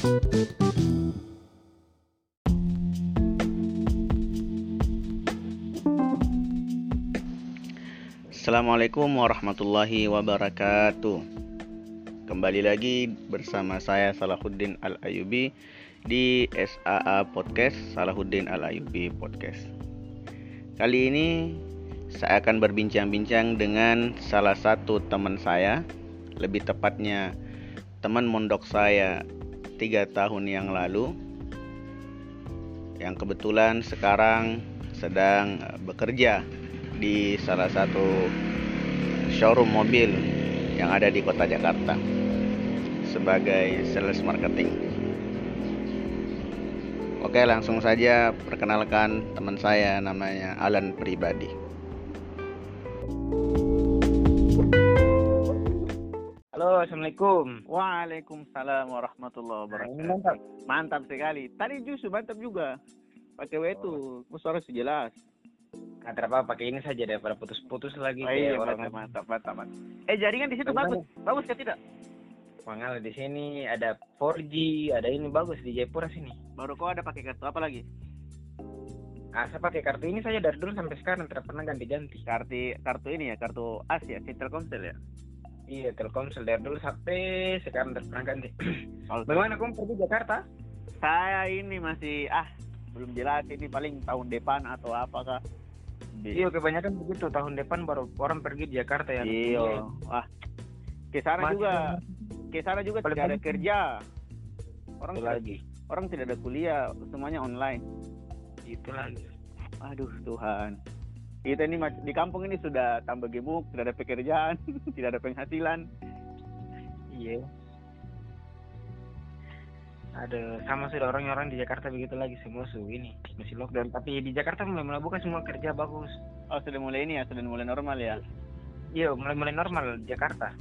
Assalamualaikum warahmatullahi wabarakatuh. Kembali lagi bersama saya Salahuddin Al-Ayyubi di SAA Podcast, Salahuddin Al-Ayyubi Podcast. Kali ini saya akan berbincang-bincang dengan salah satu teman saya, lebih tepatnya teman mondok saya 3 tahun yang lalu, yang kebetulan sekarang sedang bekerja di salah satu showroom mobil yang ada di kota Jakarta sebagai sales marketing. Oke, langsung saja perkenalkan teman saya, namanya Alan Pribadi. Halo, assalamualaikum. Waalaikumsalam warahmatullahi wabarakatuh. Mantap sekali. Tadi justru mantap juga. Pakai itu, suara jelas. Nggak apa-apa, pakai ini saja daripada putus-putus lagi. Iya, mantap. Jaringan di situ bagus kan tidak? Mangal di sini ada 4G, ada ini bagus di Jayapura sini. Baru kau ada pakai kartu apa lagi? Saya pakai kartu ini saja dari dulu sampai sekarang, tidak pernah ganti-ganti. Kartu ini ya, kartu AS ya, Telkomsel ya? Iya, Telkomsel dari dulu sampai sekarang tidak pernah ganti. Bagaimana kamu pergi Jakarta? Saya ini masih belum jelas, ini paling tahun depan atau apakah. Iya, kebanyakan begitu, tahun depan baru orang pergi di Jakarta ya. Iya. Ke sana juga tidak ada kerja. Orang tidak ada kuliah, semuanya online. Itu lagi. Aduh Tuhan. Kita ini di kampung ini sudah tambah gemuk, tidak ada pekerjaan, tidak ada penghasilan. Iya. Ada sama sudah orang-orang di Jakarta begitu lagi, semua ini masih lockdown, tapi di Jakarta mulai buka semua kerja bagus. Oh, sudah mulai ini ya, sudah mulai normal ya. Iya, mulai normal di Jakarta.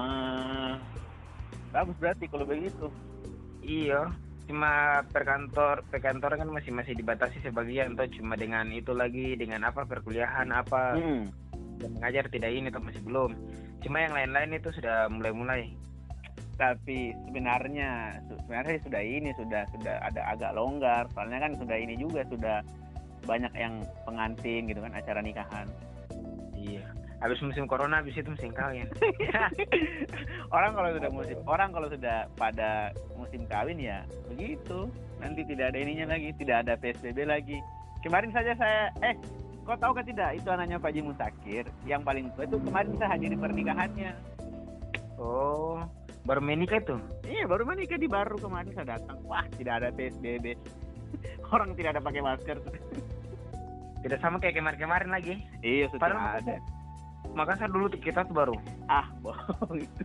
Bagus berarti kalau begitu. Iya, cuma perkantor kan masih dibatasi sebagian tuh, cuma dengan itu lagi, dengan perkuliahan dan mengajar tidak ini tuh masih belum. Cuma yang lain-lain itu sudah mulai. Tapi sebenarnya sudah ada agak longgar, soalnya kan sudah banyak yang pengantin gitu kan, acara nikahan. Iya. Habis musim corona, habis itu musim kawin. Orang kalau sudah pada musim kawin ya begitu. Nanti tidak ada ininya lagi, tidak ada PSBB lagi. Kemarin saja kau tahu kan tidak, itu anaknya Pak Haji Musakir yang paling tua itu kemarin saya hadiri pernikahannya. Oh, baru menikah tuh? Iya, baru menikah baru kemarin saya datang. Wah, tidak ada PSBB. Orang tidak ada pakai masker. Tidak sama kayak kemarin lagi. Iya, sudah ada. Makassar dulu kita tuh baru. Bohong itu.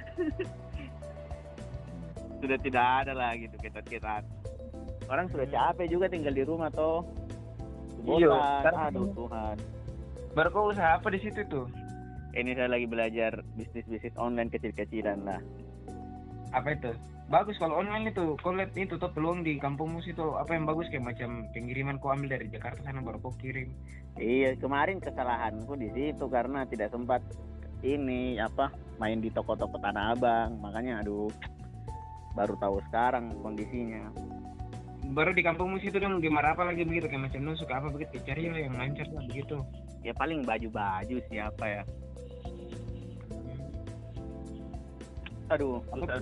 Sudah tidak ada lagi tuh kita. Orang sudah capek juga tinggal di rumah toh. Iya. Aduh Tuhan. Baru kau usaha apa di situ tuh? Ini saya lagi belajar bisnis online kecil-kecilan lah. Apa itu? Bagus kalau online itu. Kau lihat itu tuh peluang di kampungmu situ. Apa yang bagus kayak macam pengiriman kau ambil dari Jakarta sana baru kau kirim. Iya, kemarin kesalahanku di situ karena tidak sempat main di toko-toko Tanah Abang. Makanya baru tahu sekarang kondisinya. Baru di kampungmu situ dong gimana apa lagi begitu kayak macam nusuk apa begitu, cari lah yang lancar lah begitu. Ya paling baju siapa ya. Aduh,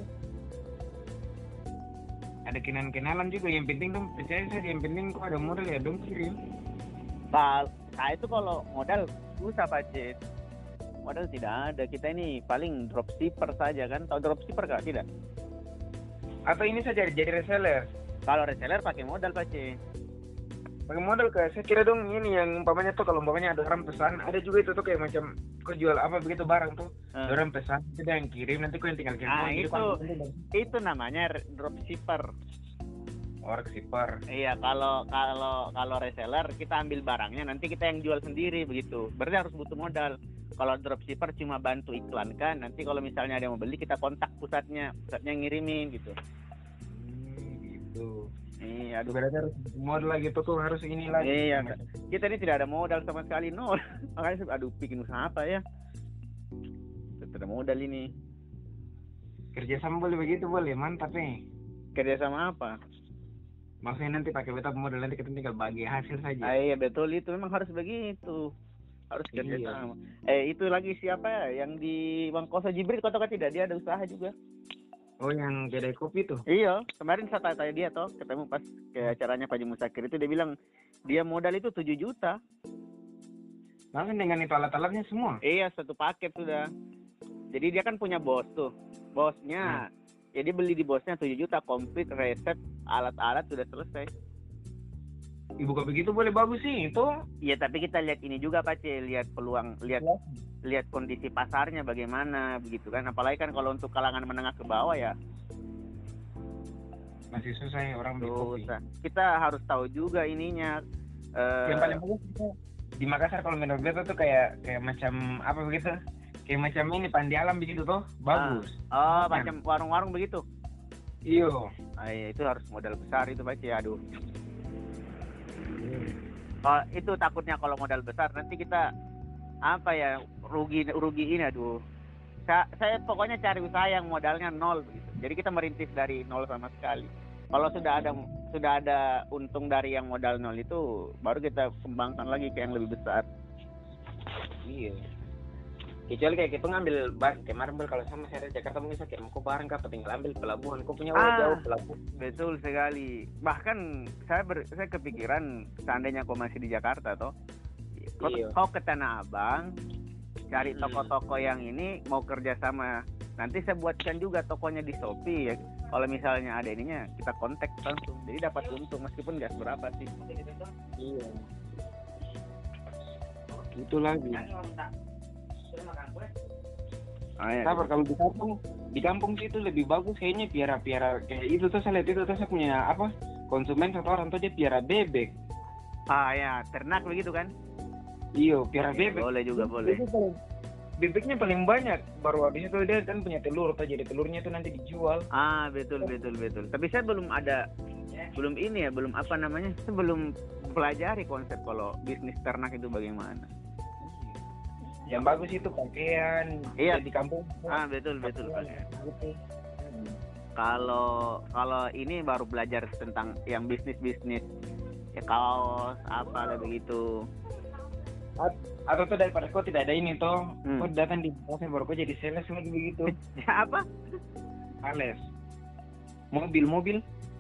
ada kenalan juga, yang penting dong percaya saja, yang penting kok ada modal ya dong kirim. Itu kalau modal susah Pak. Modal tidak ada, kita ini paling dropshipper saja kan. Tahu dropshipper kah? Tidak. Atau ini saja jadi reseller. Kalau reseller pakai modal Pak. Pakai modal kayak saya kira dong ini yang umpamanya tuh, kalau umpamanya ada orang pesan, ada juga itu tuh kayak macam kau jual apa begitu barang tuh, ada orang pesan, itu yang kirim, nanti kau yang tinggal kirim. Itu namanya dropshipper. Dropshipper. Iya, kalau reseller kita ambil barangnya, nanti kita yang jual sendiri begitu. Berarti harus butuh modal. Kalau dropshipper cuma bantu iklankan, nanti kalau misalnya ada yang mau beli kita kontak pusatnya ngirimin gitu. Gitu. Iya, berarti harus modal lagi tuh harus ini lagi. Iya, kita ini tidak ada modal sama sekali, nol. Makanya bikin usaha apa ya? Tidak ada modal ini. Kerjasama boleh begitu, boleh, mantap nih. Kerja sama apa? Maksudnya nanti pakai beta modal, nanti kita tinggal bagi hasil saja. Iya betul, itu memang harus begitu. Harus kerja sama. Itu lagi siapa ya? Yang di Bangkosa Jibril, kau tahu kan tidak? Dia ada usaha juga. Oh, yang kedai kopi tuh? Iya, kemarin saya tanya dia toh, ketemu pas ke acaranya Pak Haji Musakir itu, dia bilang dia modal itu 7 juta. Langsung dengan itu alat-alatnya semua? Iya, satu paket sudah. Jadi dia kan punya bos tuh. Bosnya, jadi beli di bosnya 7 juta, komplit, resep, alat-alat sudah selesai. Ibu kok begitu boleh bagus sih itu. Iya, tapi kita lihat ini juga Pak C, lihat peluang, lihat kondisi pasarnya bagaimana begitu kan. Apalagi kan kalau untuk kalangan menengah ke bawah ya masih susah ya orang beli kopi. Kita harus tahu juga ininya. Yang paling bagus itu di Makassar kalau menurut beta tuh kayak macam apa begitu? Kayak macam ini Pandi Alam begitu tuh, bagus. Macam warung-warung begitu. Iya. Iya, itu harus modal besar itu Pak C, aduh. Itu takutnya kalau modal besar nanti kita apa ya, rugi ini, aduh. Saya pokoknya cari usaha yang modalnya nol begitu. Jadi kita merintis dari nol sama sekali. Kalau sudah ada untung dari yang modal nol itu, baru kita kembangkan lagi ke yang lebih besar. Iya. Kecuali kayak kita ngambil kemarin kalau sama saya dari Jakarta mungkin saya kayak mau bareng kah, tinggal ambil pelabuhan, kok punya jauh pelabuhan. Betul sekali. Bahkan saya kepikiran seandainya kau masih di Jakarta toh, kau ke Tanah Abang, cari toko-toko yang ini mau kerja sama. Nanti saya buatkan juga tokonya di Shopee ya. Kalau misalnya ada ininya, kita kontak langsung. Jadi dapat untung meskipun nggak seberapa sih. Iya. Itu lagi. Sabar, kalau di kampung sih itu lebih bagus kayaknya piara kayak itu tuh. Saya lihat itu tuh, saya punya apa, konsumen satu orang tuh dia piara bebek. Ya, ternak begitu kan? Iya, piara bebek. Boleh juga, boleh. Bebeknya paling banyak, baru habis itu dia kan punya telur tuh, jadi telurnya itu nanti dijual. Betul. Tapi saya belum pelajari konsep kalau bisnis ternak itu bagaimana. Yang bagus itu pakaian. Iya. Di kampung. Betul pakaian. Kalau ini baru belajar tentang yang bisnis ya, kaos apa begitu. Atau tuh daripada kok tidak ada ini toh, kok datang di pasar baru kok jadi sales lagi begitu. Apa? Sales. Mobil.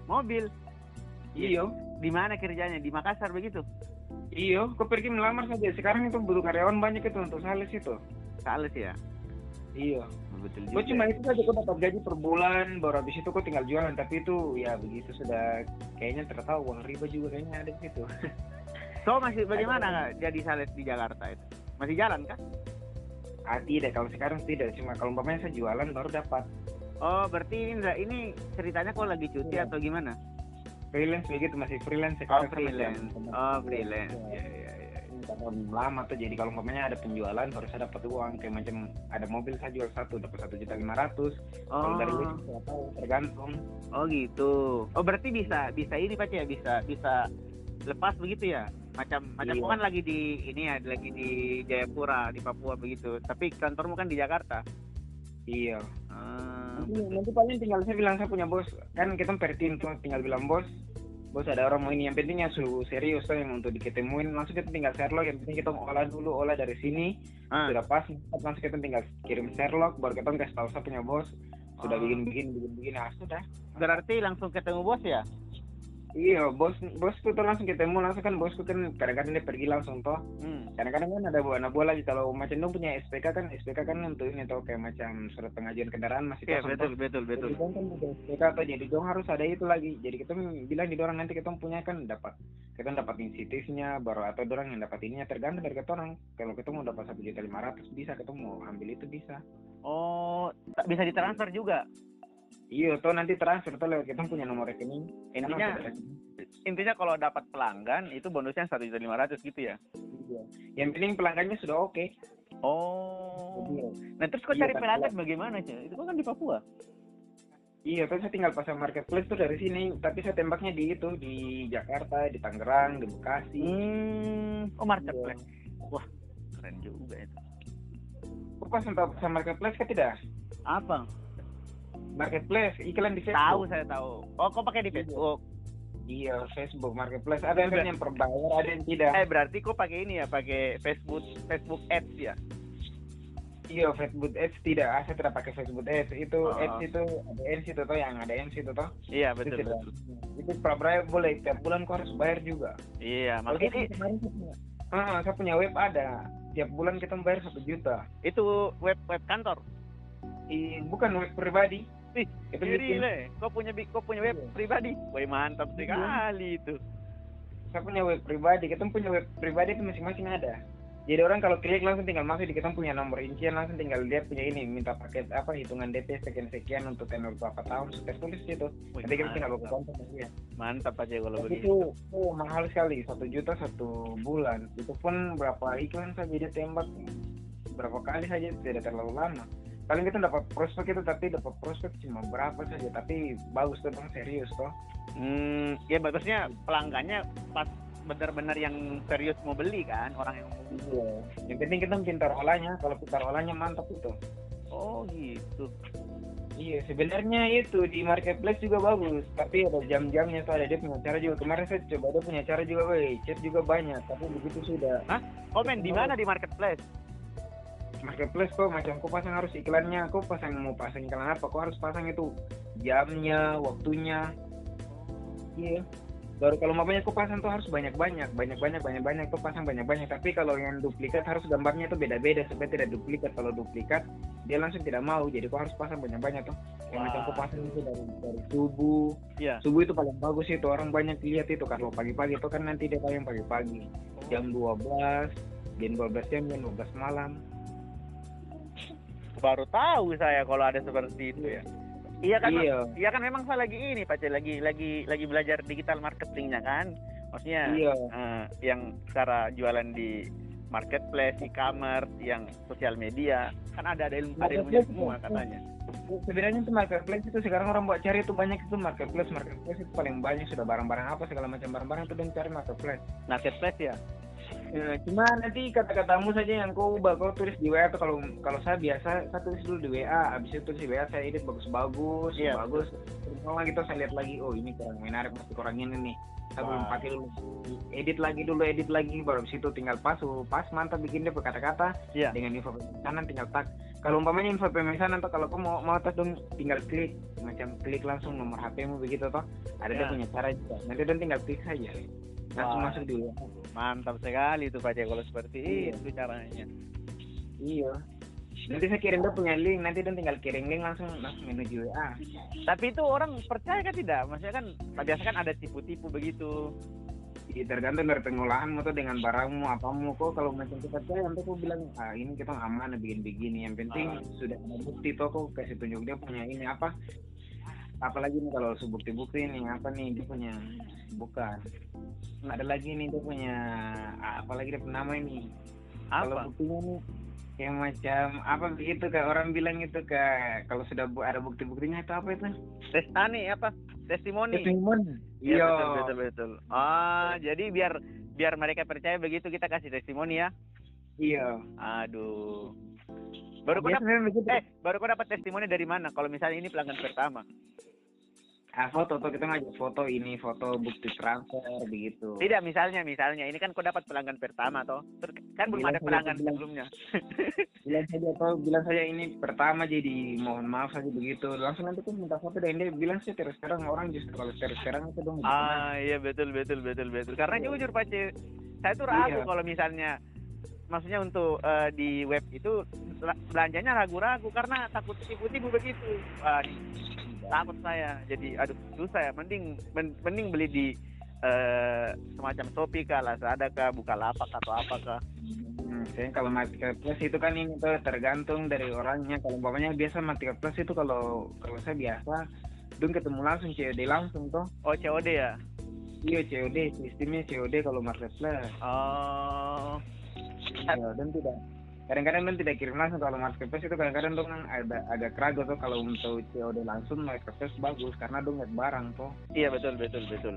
Iyo. Di mana kerjanya? Di Makassar begitu? Iyo, kok pergi melamar saja. Sekarang itu butuh karyawan banyak itu untuk sales itu. Sales ya? Iya. Betul juga. Kok cuma itu saja, kok dapat gaji per bulan, baru habis itu kok tinggal jualan. Tapi itu ya begitu sudah, kayaknya tertahu uang riba juga kayaknya ada di situ. So masih bagaimana nggak jadi sales di Jakarta itu? Masih jalan kah? Tidak, kalau sekarang tidak. Cuma kalau umpamanya saya jualan baru dapat. Oh, berarti ini ceritanya kok lagi cuti atau gimana? Freelance begitu, masih freelance sekarang. Freelance. Freelance. Iya. Lama tuh, jadi kalau umpamanya ada penjualan baru saya dapat uang. Kayak macam ada mobil saya jual satu dapat 1.500.000. Kalau dari itu saya tahu tergantung. Oh gitu. Oh berarti bisa ini Pak ya, bisa lepas begitu ya? Macam kan lagi di Jayapura di Papua begitu. Tapi kantormu kan di Jakarta. Iya. Nanti paling tinggal saya bilang saya punya bos, kan kita per tim tuh, tinggal bilang bos ada orang mau ini, yang pentingnya serius tuh yang untuk diketemuin, langsung kita tinggal Sherlock, yang penting kita olah dari sini, sudah pas, langsung kita tinggal kirim Sherlock, baru kita kasih tahu saya punya bos, sudah bikin, sudah. Berarti langsung ketemu bos ya? Iya, bosku tuh langsung ketemu, langsung kan bosku kan kadang-kadang dia pergi langsung toh. Kadang-kadang kan ada anak buah lagi, kalau macam dong punya SPK kan untuk ini toh, kayak macam surat pengajuan kendaraan masih kosong. Iya, betul. Jadi kan punya SPK toh, jadi dong harus ada itu lagi. Jadi kita bilang di orang nanti kita punya kan kita dapat insentifnya, baru atau orang yang dapat ininya tergantung dari kita orang. Kalau kita mau dapat 1.500.000 bisa, kita mau ambil itu bisa. Oh, bisa ditransfer juga? Iya, toh nanti transfer toh lewat kita punya nomor rekening. Intinya kalau dapat pelanggan itu bonusnya 1.500.000 gitu ya? Iya. Yang penting pelanggannya sudah oke. Oh. Nah terus kok cari pelanggan bagaimana sih? Itu kan di Papua. Iya, terus saya tinggal pasang marketplace tuh dari sini, tapi saya tembaknya di Jakarta, di Tangerang, di Bekasi. Oh marketplace. Iya. Wah, keren juga itu. Kok pas pasang marketplace kan tidak? Apa? marketplace iklan di Tahu, Facebook. saya tahu. Oh, kok pakai di Facebook? Iya, Facebook marketplace. Ada yang berbayar, ada yang tidak. Berarti kok pakai ini ya, pakai Facebook Ads ya? Iya, Facebook Ads tidak. Saya tidak pakai Facebook Ads. Itu Ads itu ada Ads itu toh, yang ada Ads itu toh. Iya, betul. Itu per boleh, tiap bulan kau harus bayar juga. Iya, makanya saya punya web ada. Tiap bulan kita bayar 1 juta. Itu web kantor? Bukan web pribadi. Itu gile. Kau punya web pribadi? Woi, mantap sekali itu. Saya punya web pribadi. Kita punya web pribadi itu masing-masing ada. Jadi orang kalau klik langsung tinggal masuk di kita punya nomor rincian, langsung tinggal lihat punya ini, minta paket apa, hitungan DP sekian untuk tenor berapa tahun, sudah tulis gitu. Nanti kita tinggal buka konten aja. Mantap aja kalau begitu. Itu mahal sekali, 1 juta 1 bulan. Itu pun berapa iklan saja dia tembak, berapa kali saja, tidak terlalu lama. Paling kita dapat prospek itu, tapi dapat prospek cuma berapa saja, tapi bagus tuh, bang, serius toh. Ya bagusnya pelanggannya pas benar-benar yang serius mau beli kan, orang yang mau beli. Iya. Yang penting kita pintar olahnya, kalau pintar olahnya mantap itu. Oh gitu. Iya, sebenarnya itu di marketplace juga bagus, tapi ada jam-jamnya tuh, ada dia punya cara juga. Kemarin saya coba dia punya cara juga, chat juga banyak, tapi begitu sudah. Hah? Komen di mana di marketplace? Marketplace kok macam kau pasang harus iklannya, kau mau pasang iklan apa, kau harus pasang itu jamnya, waktunya. Iya. Baru kalau mamanya kau pasang tuh harus banyak kau pasang banyak, tapi kalau yang duplikat harus gambarnya tuh beda-beda supaya tidak duplikat. Kalau duplikat dia langsung tidak mau, jadi kau harus pasang banyak tuh. Yang macam kau pasang itu dari subuh. Yeah. Subuh itu paling bagus itu, orang banyak lihat itu. Kalau pagi-pagi itu kan nanti dia tayang pagi-pagi. Jam 12, jam 12 jam 12 malam. Baru tahu saya kalau ada seperti itu ya. Iya kan memang saya lagi ini Pak, lagi belajar digital marketingnya kan. Maksudnya yang cara jualan di marketplace, e-commerce, yang sosial media, kan ada ilmunya semua katanya. Sebenarnya itu marketplace itu sekarang orang buat cari itu banyak itu marketplace itu paling banyak sudah barang-barang apa segala macam barang-barang itu dan cari marketplace ya. Cuma nanti kata-katamu saja yang kau tulis di WA atau kalau saya biasa saya tulis dulu di WA, habis itu tulis di WA saya edit bagus, terus gitu saya lihat lagi, oh ini kurang menarik, pasti kurang ini nih, saya belum pakai dulu, edit lagi baru habis itu tinggal pas mantap bikin dia berkata-kata dengan info pemesanan tinggal tag. Kalau umpamanya info pemesanan atau kalau kau mau tas dong tinggal klik langsung nomor HP-mu begitu toh, ada dia punya cara juga, nanti dan tinggal klik saja langsung masuk dulu. Mantap sekali itu Pak, kalau seperti itu caranya. Iya. Nanti saya kirim dia punya link, nanti dan tinggal kirim link langsung menuju WA. Tapi itu orang percaya kan tidak? Maksudnya kan biasa kan ada tipu-tipu begitu. Iya, tergantung dari pengolahanmu tuh dengan barangmu apamu. Kok kalau macam kita percaya nanti kok bilang ini kita aman bikin begini. Yang penting sudah ada bukti toh, kok kasih tunjuk dia punya ini apa. Apalagi nih kalau bukti-bukti nih apa nih dia punya, bukan ada lagi nih dia punya apalagi dia nama ini apa? Kalau buktinya nih yang macam apa begitu kayak orang bilang itu kayak kalau sudah ada bukti-buktinya itu apa itu testimoni. Iya, betul. Jadi biar mereka percaya begitu kita kasih testimoni ya. Iya. Aduh. Baru kau dapat testimoni dari mana kalau misalnya ini pelanggan pertama? Foto kita ngajak foto bukti transfer begitu. Tidak, misalnya ini kan kau dapat pelanggan pertama toh. Kan belum ada pelanggan sebelumnya. bilang saja ini pertama, jadi mohon maaf saja begitu. Langsung nanti kau minta foto dan dia bilang sih terus terang, orang justru kalau terus terang itu dong. Iya betul. Karena jujur Pak, saya tuh ragu kalau misalnya maksudnya untuk di web itu belanjanya ragu-ragu karena takut tipu-tipu begitu. Takut saya, jadi susah ya. Mending beli di semacam Shopee kah, Lazada kah, Bukalapak atau apakah. Kalau marketplace itu kan ini tuh tergantung dari orangnya. Kalau umpamanya biasa marketplace itu kalau saya biasa dong ketemu langsung COD langsung toh. Oh, COD ya? Iya, COD, sistemnya COD kalau marketplace. Oh. Ya, dan kadang-kadang dan tidak kirim langsung. Kalau marketplace itu kadang-kadang dong agak keragu tuh. Kalau untuk COD langsung marketplace bagus karena dong lihat barang toh. Iya betul. Iya.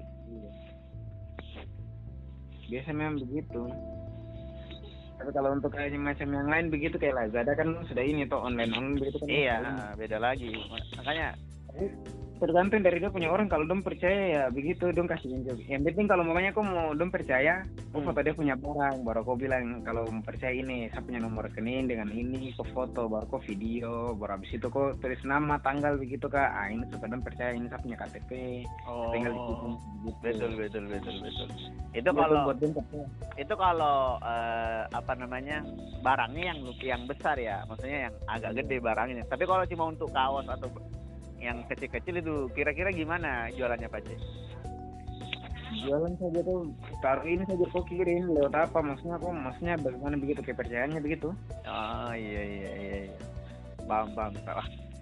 Biasa memang begitu. Tapi kalau untuk kayak macam yang lain begitu kayak Lazada kan sudah ini toh online begitu kan. Iya, beda lagi. Makanya Tergantung dari dia punya orang. Kalau dong percaya ya begitu, dong kasih info. Yang penting kalau mamanya kau mau dong percaya, kau foto dia punya barang, baru kau bilang kalau mau percaya ini, saya punya nomor rekening dengan ini, kau foto, baru kau video, baru habis itu kau tulis nama, tanggal begitu kak. Ah ini supaya dong percaya ini saya punya KTP, tinggal di situ. Gitu. Betul. Itu kalau apa namanya barangnya yang besar ya, maksudnya yang agak gede barangnya. Tapi kalau cuma untuk kaos atau yang kecil-kecil itu kira-kira gimana jualannya Pak C? Jualan saja tuh, taruh ini saja kok kirim lewat apa? Maksudnya bagaimana begitu kepercayaannya begitu? Oh iya. Paham. Salah.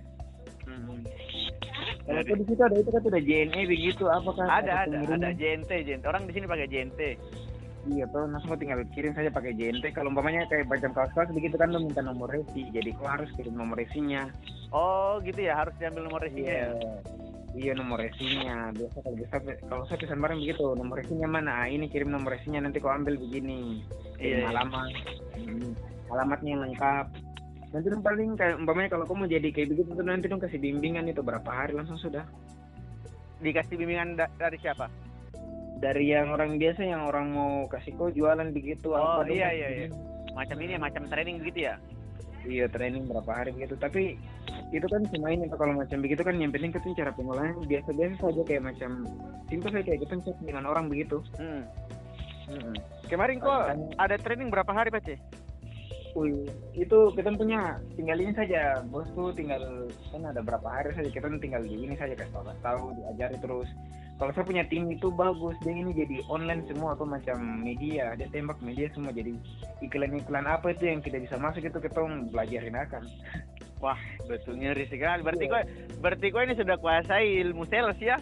Kalau di situ ada itu kan sudah JNE begitu, apakah? Ada JNT. Orang di sini pakai JNT. Iya tuh, langsung tinggal kirim saja pakai JNT. Kalau umpamanya kayak macam kaos-kaos begitu kan lo minta nomor resi, jadi kau harus kirim nomor resinya. Oh gitu ya, harus diambil nomor resinya ya? Iya nomor resinya. Biasa kalau saya pesan barang begitu, nomor resinya mana? Ah, ini kirim nomor resinya, nanti kau ambil begini. Kirim alamat, alamatnya yang lengkap. Nanti dong paling kayak umpamanya kalau kau mau jadi kayak begitu tuh nanti dong kasih bimbingan itu berapa hari langsung sudah. Dikasih bimbingan dari siapa? Dari yang orang biasa, yang orang mau kasih kau jualan begitu. Oh apa iya. Macam ini ya, macam training gitu ya? Iya training berapa hari begitu. Tapi itu kan cuma ini kalau macam begitu kan yang penting kan cara pengolahan biasa-biasa saja kayak macam simpel saja kayak kita chat dengan orang begitu. Kemarin kok ada training berapa hari Pak C? Itu kita punya tinggal ini saja, bos tuh tinggal kan ada berapa hari saja, kita tinggal di ini saja kasih tahu diajari terus. Kalau saya punya tim itu bagus, dia ini jadi online semua atau macam media, dia tembak media semua, jadi iklan-iklan apa itu yang tidak bisa masuk itu kita belajarin akan. Wah betul ngeri sekali. Berarti kok ini sudah kuasai ilmu sales ya?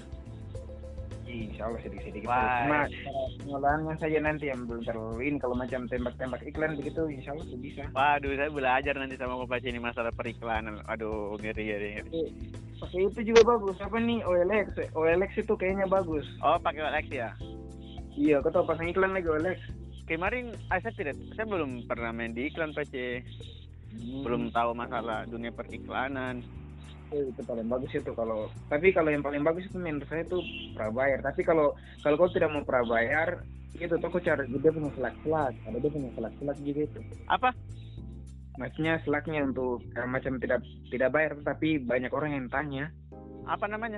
Insya Allah sedikit-sedikit. Cuma pengolahannya saja nanti yang belum terlalu ini. Kalau macam tembak-tembak iklan begitu, insya Allah bisa. Waduh, saya belajar nanti sama Bapak ini masalah periklanan. Aduh, ngeri. Pakai itu juga bagus. Apa nih OLX itu kayaknya bagus. Oh, pakai OLX ya? Iya, kau tahu pasang iklan lagi OLX. Kemarin saya belum pernah main di iklan Pak C. Belum tahu masalah dunia periklanan. Itu paling bagus itu tapi kalau yang paling bagus itu menurut saya itu prabayar. Tapi kalau kau tidak mau prabayar itu toko cara dia punya selak ada dia punya selak juga itu apa maksudnya selaknya untuk macam tidak bayar tapi banyak orang yang tanya apa namanya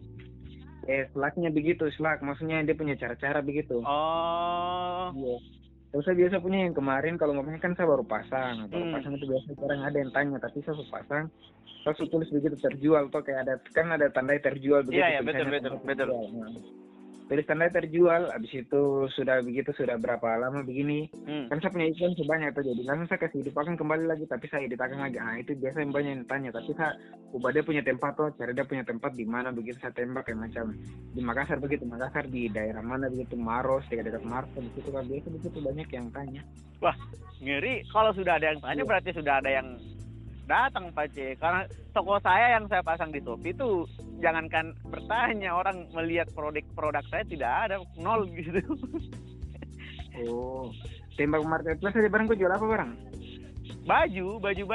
selaknya begitu maksudnya dia punya cara-cara begitu. Oh iya. Terus saya biasa punya yang kemarin kalau ngomongnya kan saya baru pasang itu biasa orang ada yang tanya tapi saya baru pasang terus tulis begitu terjual tuh kayak ada tanda terjual begitu. Iya betul. Tulis tanda terjual, habis itu sudah berapa lama begini. Kan saya punya iklan sebanyak itu jadi langsung saya kasih editakan kembali lagi tapi saya editakan lagi. Itu biasa yang banyak yang tanya tapi saya ubah dia punya tempat tuh, cari dia punya tempat di mana begitu saya tembak kayak macam di Makassar begitu, Makassar di daerah mana begitu, Maros dekat Maros begitu kan biasa begitu banyak yang tanya. Wah ngeri kalau sudah ada yang tanya berarti sudah ada yang datang Pak C, karena toko saya yang saya pasang di Shopee itu jangankan bertanya, orang melihat produk saya tidak ada, nol gitu. Oh, tembak marketplace aja barang kau jual apa barang? Baju.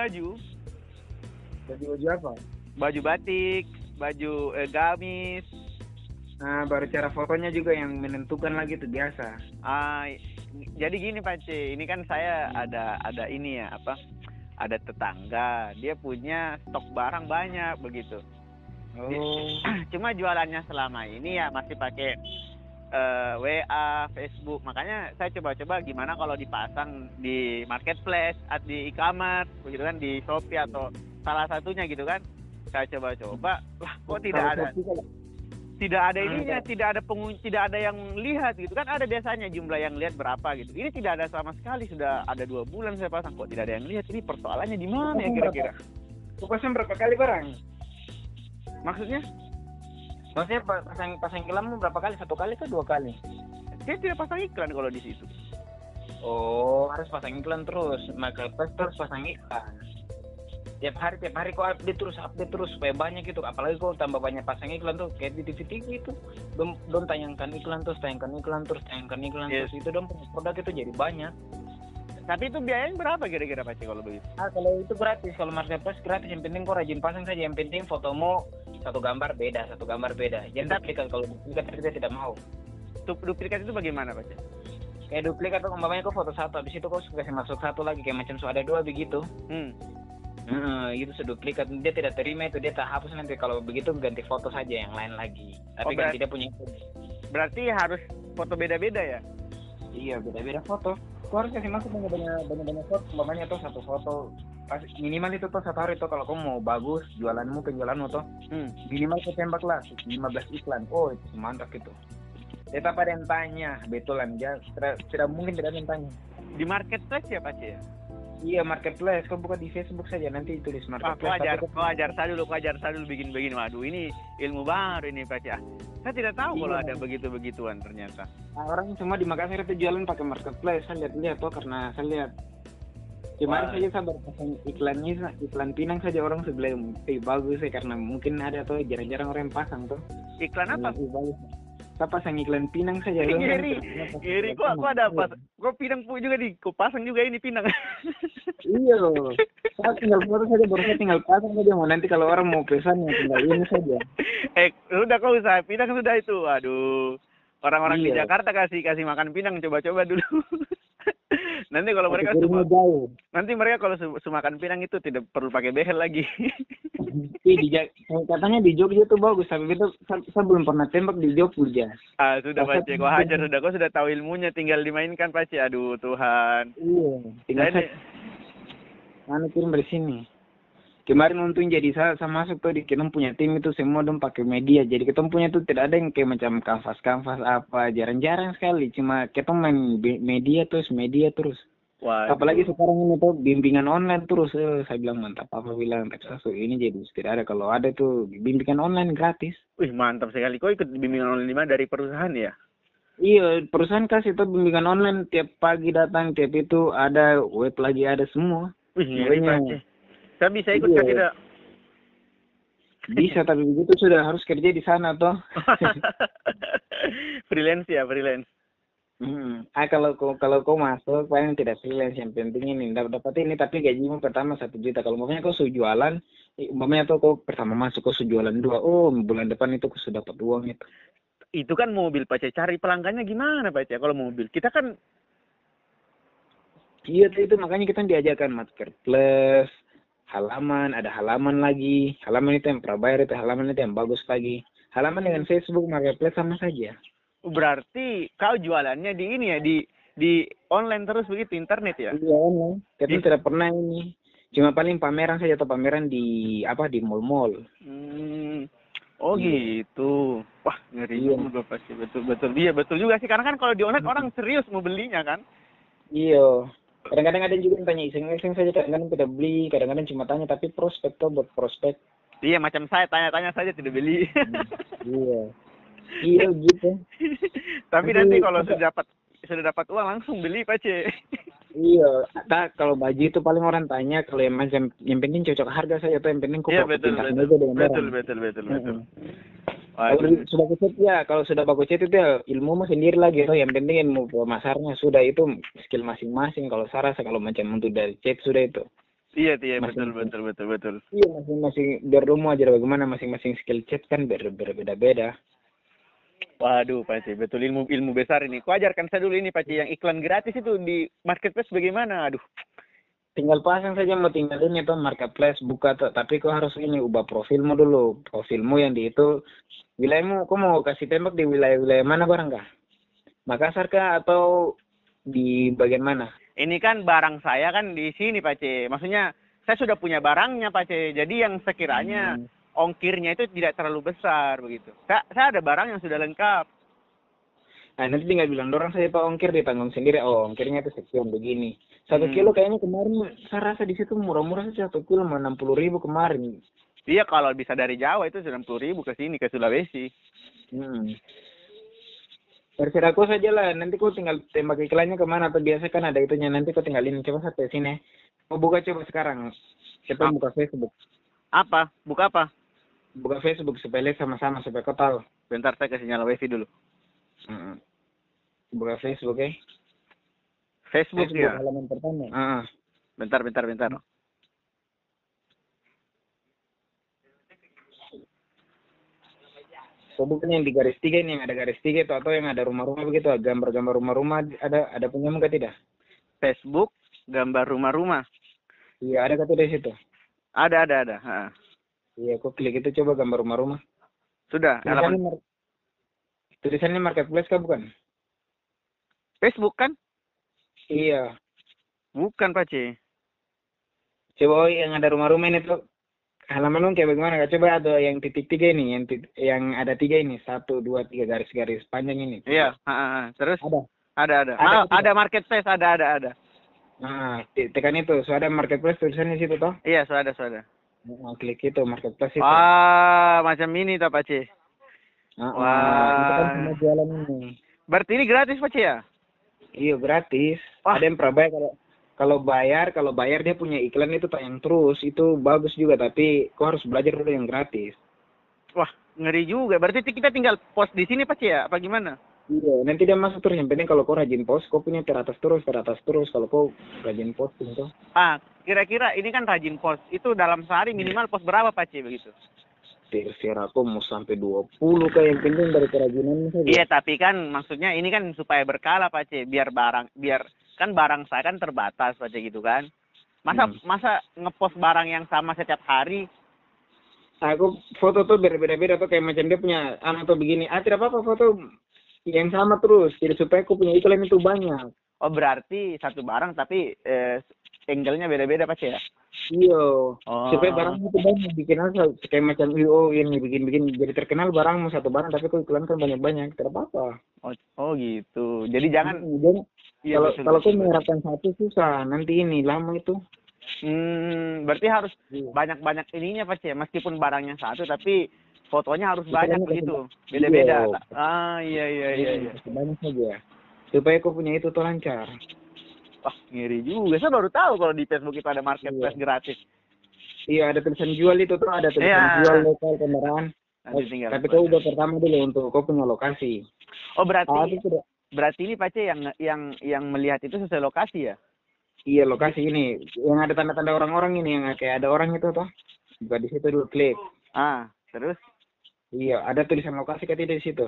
Baju apa? Baju batik, baju gamis. Nah, baru cara fotonya juga yang menentukan lagi itu biasa. Jadi gini Pak C, ini kan saya ada ini ya ada tetangga, dia punya stok barang banyak begitu. Cuma jualannya selama ini ya masih pakai WA, Facebook. Makanya saya coba-coba gimana kalau dipasang di marketplace, di e-commerce, begitu kan, di Shopee atau salah satunya gitu kan. Saya coba-coba, lah kok tidak ada ininya, tidak ada yang lihat gitu kan. Ada biasanya jumlah yang lihat berapa gitu. Ini tidak ada sama sekali, sudah ada 2 bulan saya pasang kok tidak ada yang lihat. Ini persoalannya di mana ya kira-kira? Kau pasang berapa kali barang? Maksudnya pasang iklanmu berapa kali? 1 kali atau 2 kali? Saya tidak pasang iklan kalau di situ. Oh, harus pasang iklan terus. Marketplace terus pasang iklan. Tiap hari kok update terus supaya banyak gitu. Apalagi kok tambah banyak pasang iklan tuh kayak di TV itu. Dom tayangkan iklan terus terus itu dom produk itu jadi banyak. Tapi itu biayanya berapa kira-kira Pak C kalau begitu? Kalau itu gratis, kalau marketplace gratis, yang penting kok rajin pasang saja, yang penting fotomu satu gambar beda. Jadi duplikat, kalau duplikat kita tidak mau. Duplikat itu bagaimana Pak? Kayak duplikat tuh umpamanya kau foto satu, habis itu kau kasih masuk satu lagi, kayak macam ada dua begitu. Itu seduplikat, dia tidak terima itu, dia tak hapus nanti. Kalau begitu ganti foto saja yang lain lagi, tapi ganti dia punya itu. Berarti harus foto beda-beda ya? Iya, beda-beda foto. Kau harus kasih masuk banyak foto, umpamanya tuh satu foto minimal itu tuh satu hari tuh. Kalau kau mau bagus penjualanmu tuh minimal kau tembaklah 15 iklan. Oh, itu mantap itu. Tetap ada yang tanya, betulan ya, tidak mungkin tidak ada yang tanya. Di marketplace ya Pak ya? Iya, marketplace. Kau buka di Facebook saja, nanti tulis marketplace. Kau ajar saya dulu bikin. Waduh, ini ilmu baru ini Pak ya. Saya tidak tahu kalau ada begitu-begituan ternyata. Nah, orang semua di Makassar itu jualan pakai marketplace. Saya lihat tuh, karena saya lihat kemarin saja saya baru pasang iklan Pinang saja, orang sebelah bagus ya, karena mungkin ada tuh jarang-jarang orang yang pasang tuh. Iklan apa? Saya pasang iklan Pinang saja. Ngiri, kok ada apa? Kok Pinang juga kok pasang juga ini Pinang. Iya loh. Saya tinggal foto saja, baru saya tinggal pasang saja. Mau nanti kalau orang mau pesan ya tinggal ini saja. Sudah kau usaha Pinang sudah itu. Aduh. Orang-orang di Jakarta kasih makan Pinang, coba-coba dulu. Nanti kalau mereka nanti mereka kalau makan Pinang itu tidak perlu pakai behel lagi. Katanya di Jogja itu bagus, tapi itu saya belum pernah tembak di Jogja. Sudah Pak C, kau hajar sudah, kau sudah tahu ilmunya, tinggal dimainkan Pak C. Aduh Tuhan. Iya. Tinggal kirim dari sini. Kemarin untuk jadi saya masuk tuh, kita punya tim itu semua dong pakai media. Jadi kita punya tuh tidak ada yang kayak macam kanvas apa, jarang-jarang sekali. Cuma kita main media terus. Wah, apalagi sekarang ini tuh bimbingan online terus. Saya bilang mantap, apa bilang Texas ini jadi tidak ada. Kalau ada tuh bimbingan online gratis. Wih, mantap sekali. Kok ikut bimbingan online dari perusahaan ya? Iya, perusahaan kasih tuh bimbingan online, tiap pagi datang, tiap itu ada web lagi, ada semua. Wih, ngeri. Saya bisa ikut kan tidak? Bisa, tapi begitu sudah harus kerja di sana toh. Freelance. Kalau kau masuk paling tidak freelance, yang penting ini dapat ini, tapi gajimu pertama 1 juta. Kalau umpamanya kau jualan, umpamanya tuh kau pertama masuk kau jualan 2, bulan depan itu kau sudah dapat uang itu. Itu kan mobil Pak C, cari pelanggannya gimana Pak C? Kalau mobil kita kan iya itu makanya kita diajarkan marketplace, halaman, ada halaman lagi. Halaman itu yang prabayar, itu halaman itu yang bagus lagi. Halaman dengan Facebook, marketplace sama saja. Berarti kau jualannya di ini ya, di online terus begitu, internet ya? Iya, online. Kita tidak pernah ini. Cuma paling pameran saja, atau pameran di mall-mall. Oh gitu. Wah, ngeri juga pasti. Betul. Iya, betul juga sih. Karena kan kalau di online orang serius mau belinya kan? Iya. Kadang-kadang ada juga yang tanya iseng-iseng saja, kadang-kadang tidak beli, kadang-kadang cuma tanya, tapi prospek tuh buat prospek. Iya, macam saya tanya-tanya saja tidak beli. Iya gitu. Tapi nanti kalau sudah dapat uang langsung beli Pak C. Iya, kalau baju itu paling orang tanya, kalau yang macam yang penting cocok harga saja, atau yang penting kok betul. Kalau sudah baku cet itu ya ilmu sendiri lagi tuh, yang penting ilmu pemasarnya sudah, itu skill masing-masing. Kalau saya rasa kalau macam untuk dari cet sudah itu. Iya, betul. Iya, masing-masing berumur aja bagaimana masing-masing skill cet kan berbeda-beda. Waduh, Pak C, betul ilmu besar ini. Kau ajarkan saya dulu ini Pak C, yang iklan gratis itu di marketplace bagaimana? Aduh. Tinggal pasang saja, mau tinggal ini tuh marketplace buka tuh, tapi kau harus ini ubah profilmu dulu. Profilmu yang di itu wilayahmu, kau mau kasih tembak di wilayah mana barang kah? Makassar kah atau di bagian mana? Ini kan barang saya kan di sini Pak C. Maksudnya saya sudah punya barangnya Pak C. Jadi yang sekiranya ongkirnya itu tidak terlalu besar begitu. Saya ada barang yang sudah lengkap. Nah, nanti tinggal bilang dorang saja Pak, ongkir ditanggung sendiri. Oh, ongkirnya itu sekian begini. 1 kilo kayaknya kemarin saya rasa di situ murah-murah saja, 1 kilo 60.000 kemarin. Iya, kalau bisa dari Jawa itu 90.000 ke sini, ke Sulawesi. Terserah kau saja lah, nanti kau tinggal tembak iklannya kemana, atau biasa kan ada itunya, nanti kau tinggalin. Coba sampai sini. Mau buka coba sekarang. Coba buka Facebook. Apa? Buka apa? Buka Facebook supaya lihat sama-sama, supaya kau tahu. Bentar, saya kasih nyala wifi dulu. Buka Facebook, Facebook ya? Halaman pertama. Bentar. Oh, bukan yang di garis 3 ini, yang ada garis 3 itu, atau yang ada rumah-rumah begitu, gambar-gambar rumah-rumah, ada punya muka tidak? Facebook, gambar rumah-rumah. Iya, ada kata di situ. Ada. Iya, aku klik itu coba gambar rumah-rumah. Sudah. Tulisannya marketplace kah bukan? Facebook kan? Iya. Bukan, Pak C. Coba yang ada rumah-rumah ini tuh halaman kayak bagaimana? Coba ada yang titik 3 ini, yang ada 3 ini, 1, 2, 3 garis-garis panjang ini. Iya. Terus? Ada. Ada marketplace, ada. Nah, tekan itu. So ada marketplace tulisannya situ toh? Iya, sudah. Nah, klik itu marketplace itu. Macam ini toh, Pak C. Itu kan semua jualan ini. Berarti ini gratis, Pak C ya? Iya, gratis. Ada yang pernah bayar kalau bayar dia punya iklan itu tayang terus. Itu bagus juga, tapi kau harus belajar dulu yang gratis. Wah, ngeri juga. Berarti kita tinggal post di sini, Pak C ya? Apa gimana? Iya, nanti dia masuk terus. Yang penting kalau kau rajin post, kau punya teratas terus. Kalau kau rajin posting tuh. Kira-kira ini kan rajin post. Itu dalam sehari minimal post berapa, Pak C, begitu? Terserah aku mau sampai 20 kayak yang penting dari kerajinan saja. Iya, tapi kan maksudnya ini kan supaya berkala, Pak C. Biar kan barang saya kan terbatas, Pak C, gitu kan. Masa ngepost barang yang sama setiap hari? Aku foto tuh berbeda-beda tuh, kayak macam dia punya anak tuh begini. Tidak apa-apa foto yang sama terus. Jadi supaya aku punya iklan itu banyak. Oh, berarti satu barang tapi angle-nya beda-beda, Pak C ya? Iya. Supaya barang itu banyak bikin asal kayak macam ini bikin jadi terkenal barangmu satu barang tapi kau iklankan banyak-banyak. Tidak apa-apa. Oh gitu. Jadi jangan kalau kau mengharapkan satu susah, nanti ini lama itu. Berarti harus banyak-banyak ininya, Pak C. Meskipun barangnya satu tapi fotonya harus banyak begitu. Beda-beda. Iya. Banyak saja. Supaya kau punya itu tuh lancar. Wah, ngeri juga. Saya baru tahu kalau di Facebook itu ada marketplace gratis. Iya, ada tulisan jual itu tuh, ada tulisan jual lokal kendaraan. Tapi kau udah pertama dulu untuk kau punya lokasi. Oh, berarti ini Pak C yang melihat itu sesuai lokasi ya? Iya, lokasi ini. Yang ada tanda-tanda orang-orang ini, yang kayak ada orang itu toh. Buka di situ dulu, klik. Terus? Iya, ada tulisan lokasi kan di situ.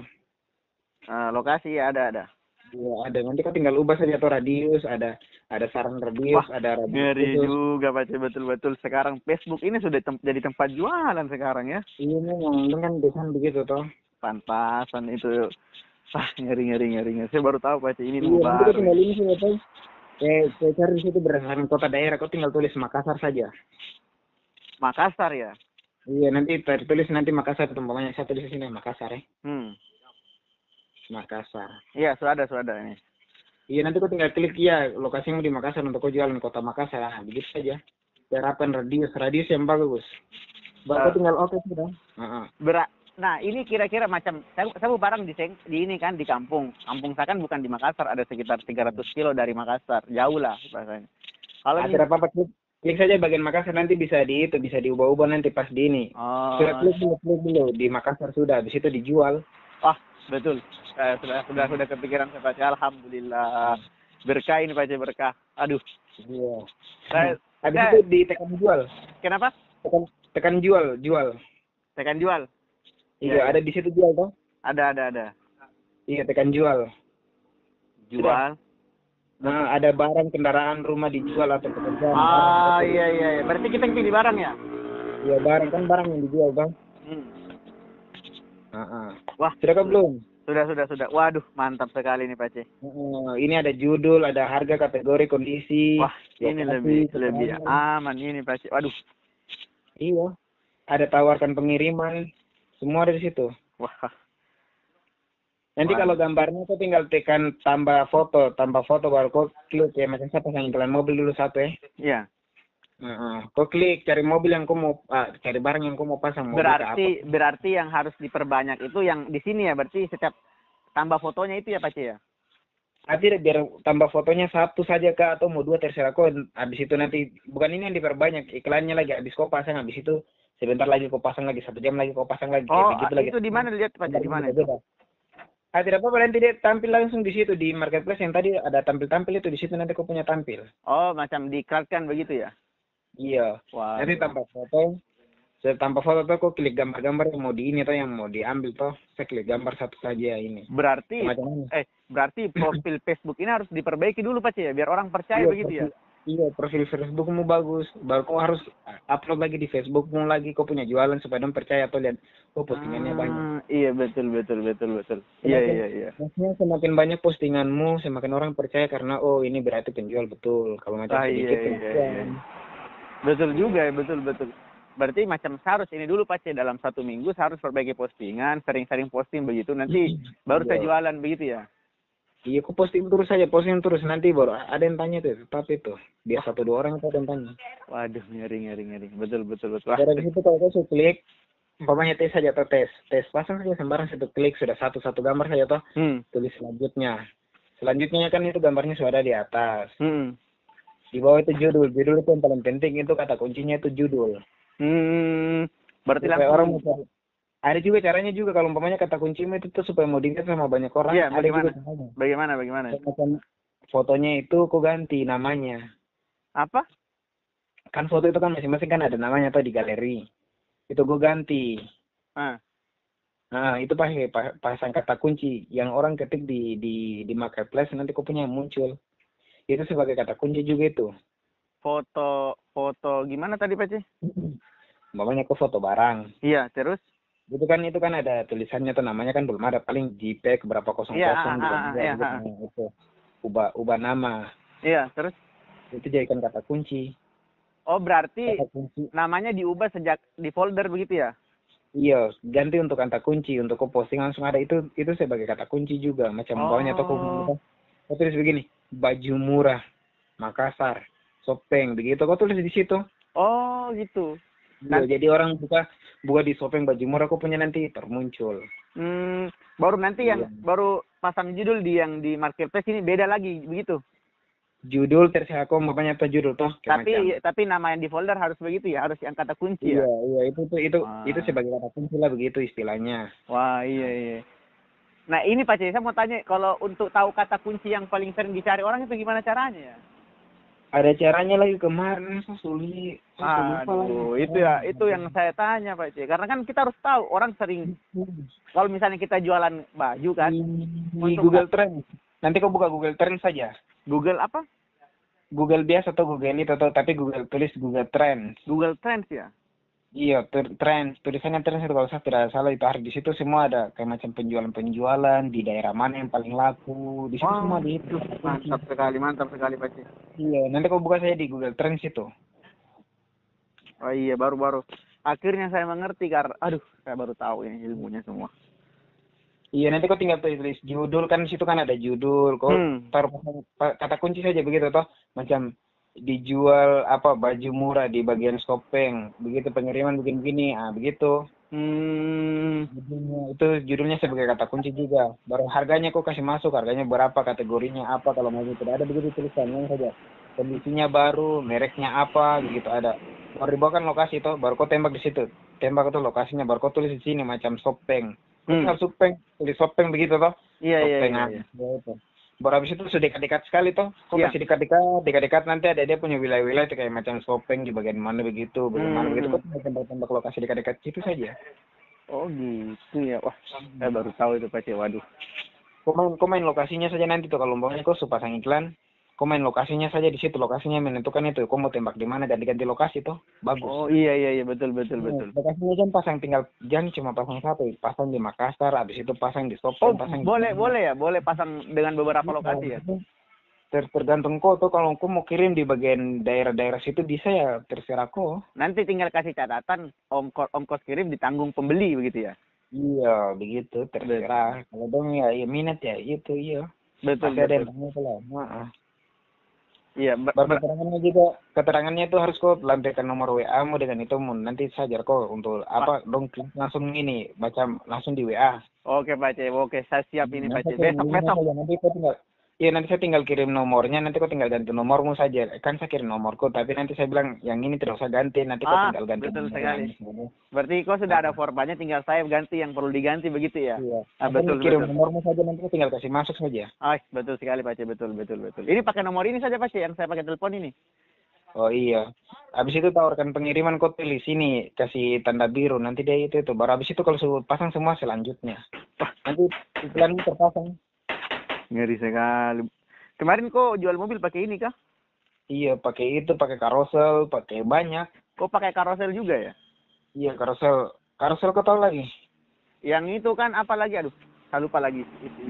Lokasi ya ada. Iya, ada. Nanti kau tinggal ubah saja tuh radius, ada saran radius, ada radius. Ngeri juga, Pak C, betul-betul. Sekarang Facebook ini sudah jadi tempat jualan sekarang ya? Iya, memang dengan desain begitu toh. Pantasan itu. Ngeri. Saya baru tahu, Pak C, ini baru. Nanti kau tinggal ini saja toh. Saya cari di situ berdasarkan kota daerah, kau tinggal tulis Makassar saja. Makassar ya? Iya, nanti tertulis nanti Makassar, umpamanya saya tulis di sini Makassar ya. Makassar. Iya, sudah ada ini. Iya, nanti kau tinggal klik lokasimu di Makassar untuk kau jualan kota Makassar. Begitu saja. Terapan radius yang bagus. Baru tinggal sudah. Nah, ini kira-kira macam saya barang di ini kan di kampung. Kampung saya kan bukan di Makassar, ada sekitar 300 kilo dari Makassar. Jauh lah rasanya. Kalau tidak apa-apa, klik saja bagian Makassar, nanti bisa diubah-ubah nanti pas di ini. Sudah klik dulu di Makassar sudah, habis itu dijual. Betul. Sudah kepikiran saya, Pak C. Alhamdulillah. Berkah ini, Pak C, berkah. Aduh. Iya. Habis itu ditekan jual. Kenapa? Tekan jual. Tekan jual. Iya, ada di situ jual toh? Ada. Iya, tekan jual. Jual. Nah, ada barang kendaraan rumah dijual atau pekerjaan. Iya. Berarti kita pilih barang ya? Iya, barang yang dijual, Bang. Wah, sudah kah belum? Sudah. Waduh, mantap sekali nih, Pak C. Ini ada judul, ada harga, kategori, kondisi. Wah, ini lebih aman ini, Pak C. Waduh. Iya. Ada tawarkan pengiriman, semua ada di situ. Wah. Nanti kalau gambarnya tuh tinggal tekan tambah foto baru kau klik ya, macam saya pasang iklan mobil dulu satu ya. Iya. Kau klik cari mobil yang kau mau cari barang yang kau mau pasang. Berarti yang harus diperbanyak itu yang di sini ya, berarti setiap tambah fotonya itu ya, Pak C ya? Tidak, biar tambah fotonya satu saja kah atau mau 2 terserah kau. Habis itu nanti bukan ini yang diperbanyak, iklannya lagi habis kau pasang, habis itu sebentar lagi kau pasang lagi, 1 jam lagi kau pasang lagi. Itu di mana lihat, Pak C, di mana itu? Tidak apa-apa, nanti dia tampil langsung di situ di marketplace yang tadi ada tampil itu di situ, nanti kau punya tampil. Macam diiklankan begitu ya? Iya. Wow. Nanti tambah foto. Saya tanpa foto tuh aku klik gambar-gambar yang mau di ini atau yang mau diambil toh. Saya klik gambar satu saja ini. Berarti Macam berarti profil Facebook ini harus diperbaiki dulu Pak ya, biar orang percaya iya, begitu ya. Iya, profil Facebookmu bagus. Baru kau harus upload lagi di Facebookmu lagi. Kau punya jualan supaya orang percaya atau lihat. Oh, postingannya banyak. Iya, betul. Iya. Maksudnya semakin banyak postinganmu, semakin orang percaya karena oh ini berarti penjual betul. Kalau macam sedikit iya. Betul juga ya, betul. Berarti macam harus ini dulu Pak C, dalam 1 minggu saya harus perbaiki postingan, sering-sering posting begitu, nanti baru saya jualan begitu ya. Iya, aku posting terus nanti baru ada yang tanya tuh, tapi tuh biar 1-2 orang itu ada yang tanya. Waduh, ngeri. Betul. Dari situ kalau kau klik, umpamanya tes saja atau tes pasang saja sembarang satu klik sudah satu gambar saja toh. Tulis selanjutnya kan itu gambarnya sudah ada di atas. Di bawah itu judul itu yang paling penting, itu kata kuncinya itu judul. Berarti supaya orang ada juga caranya juga kalau umpamanya kata kuncimu itu tuh supaya mau dilihat sama banyak orang. Iya, ada juga caranya. Bagaimana? Fotonya itu kok ganti namanya. Apa? Kan foto itu kan masing-masing kan ada namanya atau di galeri. Itu gue ganti. Nah, itu pasang kata kunci yang orang ketik di marketplace, nanti kok punya muncul. Itu sebagai kata kunci juga itu. Foto gimana tadi Pak C? Umpamanya kok foto barang. Iya, terus? Itu kan ada tulisannya tuh, namanya kan belum ada, paling JPEG berapa 00 itu ubah nama. Iya, terus itu jadikan kata kunci. Oh, berarti namanya diubah sejak di folder begitu ya? Iya, ganti untuk kata kunci, untuk kau posting langsung ada itu sebagai kata kunci juga. Macam bawahnya tuh kau tulis begini, baju murah Makassar Sopeng begitu, kau tulis di situ. Oh gitu. Jadi orang buka di Sopeng baju murah, kau punya nanti termuncul. Baru nanti baru pasang judul yang di marketplace ini beda lagi begitu. Judul terserah kau makanya apa judul toh. Tapi nama yang di folder harus begitu ya, harus yang kata kunci ya. Iya, itu sebagai kata kunci lah begitu istilahnya. Wah, iya. Nah, ini Pak C, saya mau tanya, kalau untuk tahu kata kunci yang paling sering dicari orang itu gimana caranya ya? Ada caranya lagi kemarin, sulit. Aduh, itu yang saya tanya Pak C. Karena kan kita harus tahu, orang sering kalau misalnya kita jualan baju kan di Google Trends. Nanti kau buka Google Trends saja. Google apa? Google biasa atau Google itu tapi Google tulis Google Trends. Google Trends ya? Iya, Trends. Tulisannya Trends itu kalau saya tidak salah itu hari di situ semua ada kayak macam penjualan di daerah mana yang paling laku. Di situ semua di itu. Mantap sekali Pak C. Iya, nanti kau buka saja di Google Trends itu. Oh iya, baru akhirnya saya mengerti karena saya baru tahu ini ilmunya semua. Iya, nanti kau tinggal tulis judul, kan di situ kan ada judul. Kau taruh kata kunci saja begitu toh. Macam dijual baju murah di bagian Sopeng, begitu pengiriman begini, begitu. Judulnya sebagai kata kunci juga. Baru harganya kau kasih masuk, harganya berapa, kategorinya apa, kalau mau tidak ada begitu tulisannya saja. Kondisinya baru, mereknya apa, begitu ada. Baru dibawakan lokasi toh, baru kau tembak di situ. Tembak itu lokasinya, baru kau tulis di sini macam Sopeng. Sopeng, tulis Sopeng begitu toh. Iya. Baru habis itu sudah dekat-dekat sekali toh. Kok kasih dekat-dekat nanti ada dia punya wilayah-wilayah itu kayak macam Sopeng di bagian mana begitu, bagaimana begitu. Kok tembak lokasi dekat-dekat situ saja. Oh gitu ya. Wah, saya baru tahu itu Pak C. Waduh. Kau main lokasinya saja nanti tuh, kalau umpamanya kau pasang iklan, kau main lokasinya saja di situ, lokasinya menentukan itu. Kau mau tembak di mana, ganti-ganti lokasi tuh, bagus. Oh iya betul. Lokasinya kan pasang tinggal jangan cuma pasang satu, pasang di Makassar, habis itu pasang di Sopeng, pasang boleh pasang dengan beberapa lokasi ya. Tergantung kau tuh, kalau kau mau kirim di bagian daerah-daerah situ bisa ya, terserah kau. Nanti tinggal kasih catatan ongkos kirim ditanggung pembeli begitu ya. Iya begitu, terserah. Kalau dong ya minat ya itu iya. Betul. Ada yang itu lah. Iya, keterangannya itu harus kau lampirkan nomor WA-mu dengan itu, nanti saya ajar kau untuk langsung ini baca langsung di WA. Oke Pak C, saya siap ini Pak C. Besok. Nanti kau nanti saya tinggal kirim nomornya, nanti kau tinggal ganti nomormu saja. Kan saya kirim nomorku, tapi nanti saya bilang yang ini tidak usah ganti, nanti kau tinggal ganti. Betul sekali. Berarti kau sudah ada formatnya, tinggal saya ganti yang perlu diganti begitu ya? Iya. Betul. Kirim nomormu saja, nanti kau tinggal kasih masuk saja. Betul sekali Pak C, betul. Ini pakai nomor ini saja Pak C, yang saya pakai telepon ini. Oh iya. Habis itu tawarkan pengiriman, kau tulis sini, kasih tanda biru, nanti dia itu. Baru habis itu kalau pasang semua selanjutnya. Nanti iklannya terpasang. Ngeri sekali. Kemarin kok jual mobil pakai ini kah? Iya, pakai itu, pakai karosel, pakai banyak. Kok pakai karosel juga ya? Iya, karosel. Karosel kau tahu lagi? Yang itu kan apa lagi? Aduh, saya lupa lagi.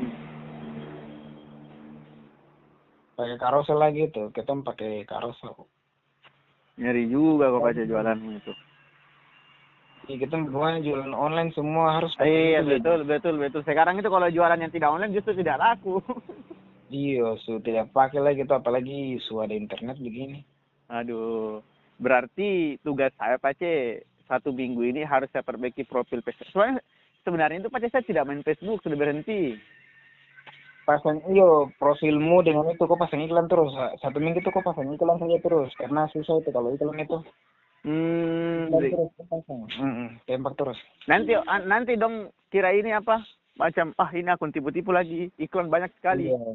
Pakai karosel lagi itu, kita pakai karosel. Ngeri juga kok baca jualanmu itu. Iya, kita bukan jualan online semua harus Iya, itu, betul. Sekarang itu kalau jualan yang tidak online justru tidak laku. iya, tidak pakai lagi itu, apalagi ada internet begini. Aduh, berarti tugas saya Pace 1 minggu ini harus saya perbaiki profil Facebook. Soalnya sebenarnya itu Pace saya tidak main Facebook, sudah berhenti. Pasang profilmu dengan itu kok pasang iklan terus. 1 minggu itu kok pasang iklan saja terus, karena susah itu kalau iklan itu. Terus pasang. Tembak terus. Nanti dong kira ini apa? Macam ini akun tipu-tipu lagi, iklan banyak sekali. Iya.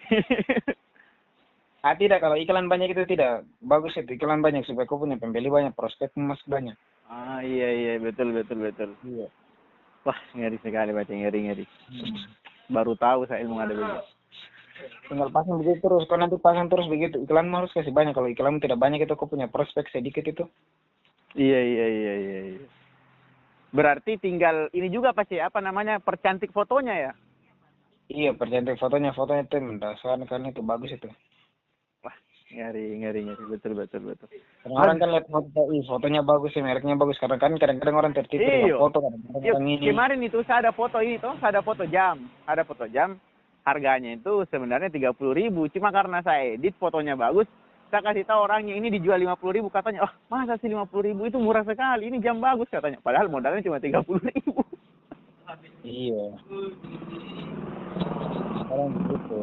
Tidak, kalau iklan banyak itu tidak bagus itu, iklan banyak supaya kau punya pembeli banyak, prospek emas banyak. Iya, betul. Iya. Wah, ngeri sekali baca, ngeri. Baru tahu saya ilmu ada begitu. Tinggal pasang begitu terus, kau nanti pasang terus begitu. Iklan harus kasih banyak, kalau iklan tidak banyak itu kau punya prospek sedikit itu. Iya. Berarti tinggal ini juga Pace, apa namanya, percantik fotonya ya? Iya, percantik fotonya itu mendasar kan, itu bagus itu. Wah, ngeri, betul. Karena orang kan lihat fotonya bagus, mereknya bagus, karena kan kadang-kadang orang tertipu dengan foto kadang-kadang ini. Kemarin itu saya ada foto ini toh, ada foto jam. Harganya itu sebenarnya 30.000, cuma karena saya edit fotonya bagus, saya kasih tahu orangnya ini dijual 50.000, katanya, masa sih 50.000, itu murah sekali, ini jam bagus katanya, padahal modalnya cuma 30.000. Iya. Sekarang begitu.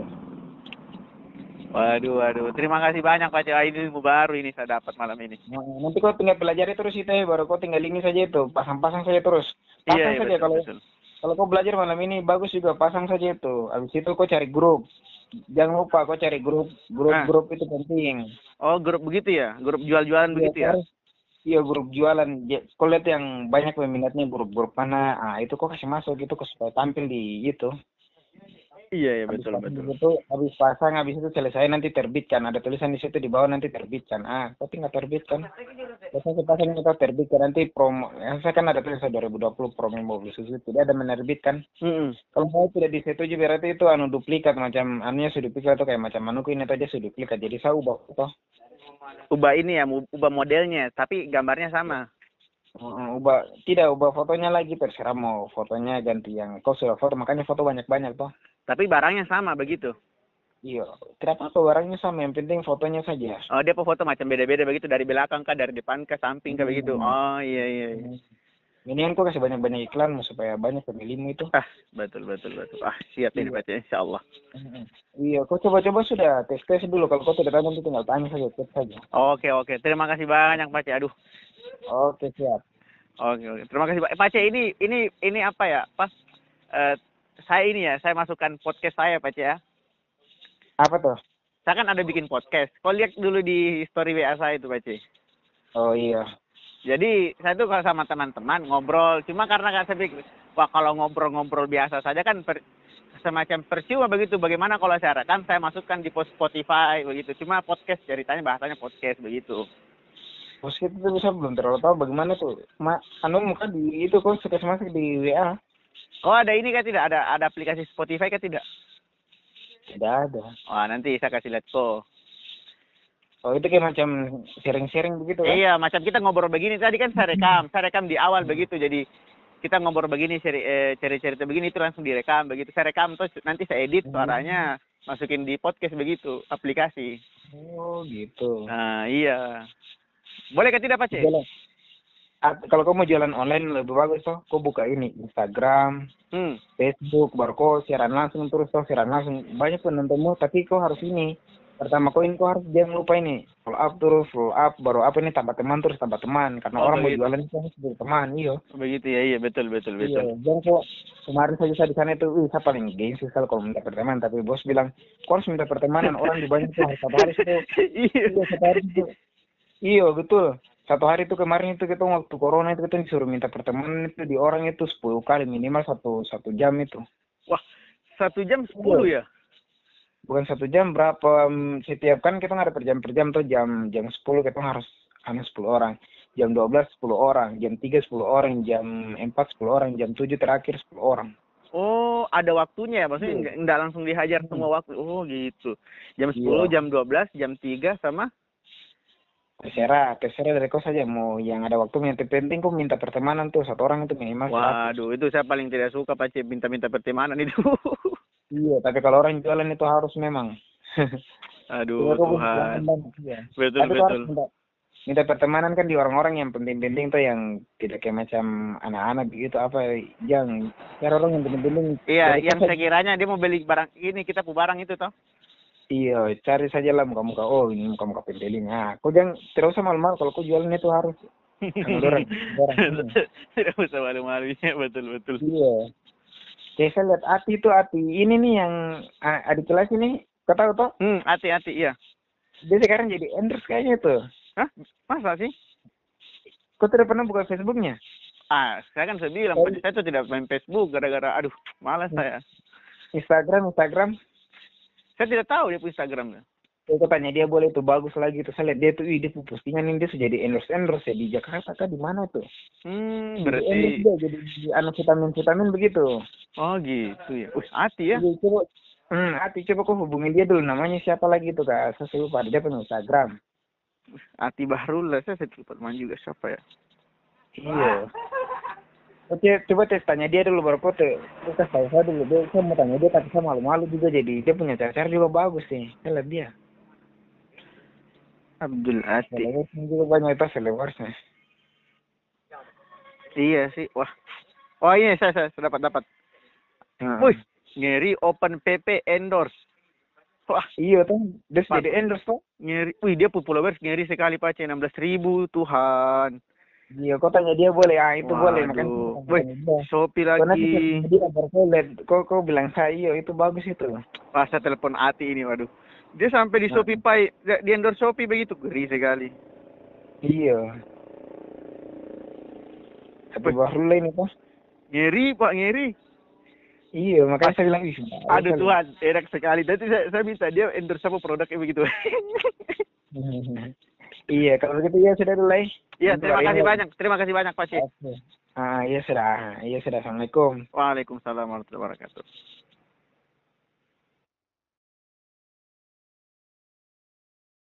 Waduh, terima kasih banyak Pak Cik, ini ilmu baru ini saya dapat malam ini. Nanti kau tinggal pelajari terus itu, baru kau tinggal ini saja itu, pasang saja terus. Pasang saja betul. Kalau kau belajar malam ini bagus juga, pasang saja itu. Habis itu kau cari grup. Jangan lupa kau cari grup itu penting. Oh, grup begitu ya? Grup jual-jualan begitu ya? Iya, grup jualan. Kau lihat yang banyak peminatnya grup mana, itu kau kasih masuk gitu supaya tampil di itu. Iya, betul. Itu habis pasang, habis itu selesai nanti terbitkan. Ada tulisan di situ di bawah nanti terbitkan. Kau tinggal terbitkan. Biasanya pasang kita terbitkan nanti promo. Saya kan ada tulisan 2020 promo mobil Suzuki, tidak ada menerbitkan. Kalau saya tidak disetujui berarti itu duplikat, macam anunya sudah duplikat atau kayak macam manuku ini aja sudah duplikat. Jadi saya ubah foto. Ubah ini ya, ubah modelnya, tapi gambarnya sama. Ubah fotonya lagi, terserah mau fotonya ganti yang kau sudah foto, makanya foto banyak-banyak toh. Tapi barangnya sama begitu? Iya, tidak apa barangnya sama, yang penting fotonya saja. Oh, dia foto macam beda-beda begitu, dari belakang kah, dari depan kah, samping kah begitu? Oh, iya. Ini kan kok kasih banyak-banyak iklan supaya banyak pemilihmu itu. Betul. Siap ini Pak, insya Allah. Iya, kau coba-coba sudah tes dulu. Kalau kau tidak tahu nanti tinggal tanya saja, tes saja. Oke. Terima kasih banyak Pak. Aduh. Oke, siap. Oke. Terima kasih Pak. Pak, ini apa ya? Saya masukkan podcast saya Pak ya. Apa tuh? Saya kan ada bikin podcast. Kau lihat dulu di story WA saya itu Pak. Oh iya. Jadi saya tuh kalau sama teman-teman ngobrol, cuma karena saya pikir, kalau ngobrol biasa saja kan semacam percuma begitu. Bagaimana kalau saya rekam, saya masukkan di Spotify begitu. Cuma podcast ceritanya bahasanya podcast begitu. Podcast itu bisa belum terlalu tahu bagaimana tuh. Muka di itu kok suka masuk di WA. Oh, ada ini kan tidak? Ada aplikasi Spotify kan tidak? Tidak ada. Wah, nanti saya kasih lihat kok. Oh, itu kayak macam sharing-sharing begitu kan? Iya, macam kita ngobrol begini. Tadi kan saya rekam di awal begitu. Jadi kita ngobrol begini, cerita begini itu langsung direkam begitu. Saya rekam terus nanti saya edit suaranya, masukin di podcast begitu, aplikasi. Oh, gitu. Nah, iya. Boleh kan tidak Pak Cek? Kalau kamu jualan online lebih bagus toh, kau buka ini Instagram, Facebook, baru kau siaran langsung terus toh, siaran langsung banyak penontonmu, tapi kau harus ini. Pertama kau harus jangan lupa ini follow up baru apa ini tambah teman karena orang mau jualan itu harus berteman. Iya begitu ya. Iya betul. Iya, jangan kok kemarin saja di sana itu saya paling gengsi sekali kalau minta pertemanan, tapi bos bilang kau harus minta pertemanan, orang di banyak itu harus satu hari itu. Iya, satu hari itu Iya betul. Satu hari itu kemarin itu kita waktu corona itu kita disuruh minta pertemanan itu di orang itu 10 kali minimal satu jam itu. Wah, 1 jam Iya. 10 ya? Bukan 1 jam berapa setiap kan kita nggak ada per jam tuh jam jam 10 kita harus anu 10 orang. Jam 12 10 orang, jam 3 10 orang, jam 4 10 orang, jam 7 terakhir 10 orang. Oh, ada waktunya ya? Maksudnya Iya. nggak langsung dihajar semua waktu. Oh, gitu. Jam 10, Iya. jam 12, jam 3 sama? Terserah dari kau saja mau yang ada waktunya. Yang penting kau minta pertemanan tuh satu orang itu minimal 100. Waduh, itu saya paling tidak suka Pak Cip, minta-minta pertemanan itu. Iya, tapi kalau orang jualan itu harus memang. Coba Aduh, kau punya Tuhan. pelanggan banyak, iya. Betul, Tapi kau harus betul. minta pertemanan kan di orang-orang yang penting-penting tuh yang tidak kayak macam anak-anak begitu apa yang cari orang yang penting-penting. Iya, Dari yang kau saja. sekiranya dia mau beli barang ini, kita pu barang itu toh. Iya, cari saja lah muka-muka. Oh, ini muka-muka pendeling. Nah, kau jangan terus sama malu-malu kalau kau jualan itu harus anu dorang. Tidak usah malu-malunya, betul, betul. Iya. Kayak saya lihat Ati ini nih yang adik kelas ini, kau tahu toh? Hati-hati, iya. Dia sekarang jadi endorse kayaknya tuh. Hah? Masa sih? Kau tidak pernah buka Facebooknya? Saya kan bilang, Pak, saya tuh tidak main Facebook gara-gara, aduh, malas saya. Instagram. Saya tidak tahu dia punya Instagramnya. Saya tanya dia boleh itu bagus lagi tuh. Saya lihat dia tuh, dia postingan ini dia sudah jadi endorse ya di Jakarta kah di mana tuh? Berarti. Endorse dia jadi anak vitamin begitu. Oh gitu ya. Hati ya. Jadi, coba, Ati coba kau hubungin dia dulu. Namanya siapa lagi tuh kak? Saya lupa. Dia punya Instagram. Hati Bahrul lah. Saya lupa teman juga siapa ya. Iya. Oke, coba tes tanya dia dulu baru kau kasih tahu saya dulu. Saya mau tanya dia tapi saya malu-malu juga jadi dia punya cara juga bagus sih. Saya lihat dia. Abdul Ati. Followersnya juga banyak itu followersnya. Iya sih. Wah. Oh iya saya dapat. Wih, ngeri open PP endorse. Wah. Iya tuh. Dia sudah jadi endorse tuh. Ngeri. Wih, dia followers ngeri sekali Pak. 16.000 Tuhan. Iya, kau tanya dia boleh. Itu boleh. Makanya wih, Shopee lagi. Dia kau bilang saya iya itu bagus itu. Pas saya telepon Ati ini, waduh. Dia sampai di Shopee Pay, di endorse Shopee begitu, ngeri sekali. Iya. Tapi baru lain itu. Ngeri Pak, ngeri. Iya, makanya saya bilang aduh Tuhan, enak sekali. Nanti saya minta dia endorse apa produknya begitu. Iya, kalau begitu ya sudah dulu. Iya, terima kasih banyak Pak Cik. Iya sudah. Assalamualaikum. Waalaikumsalam warahmatullahi wabarakatuh.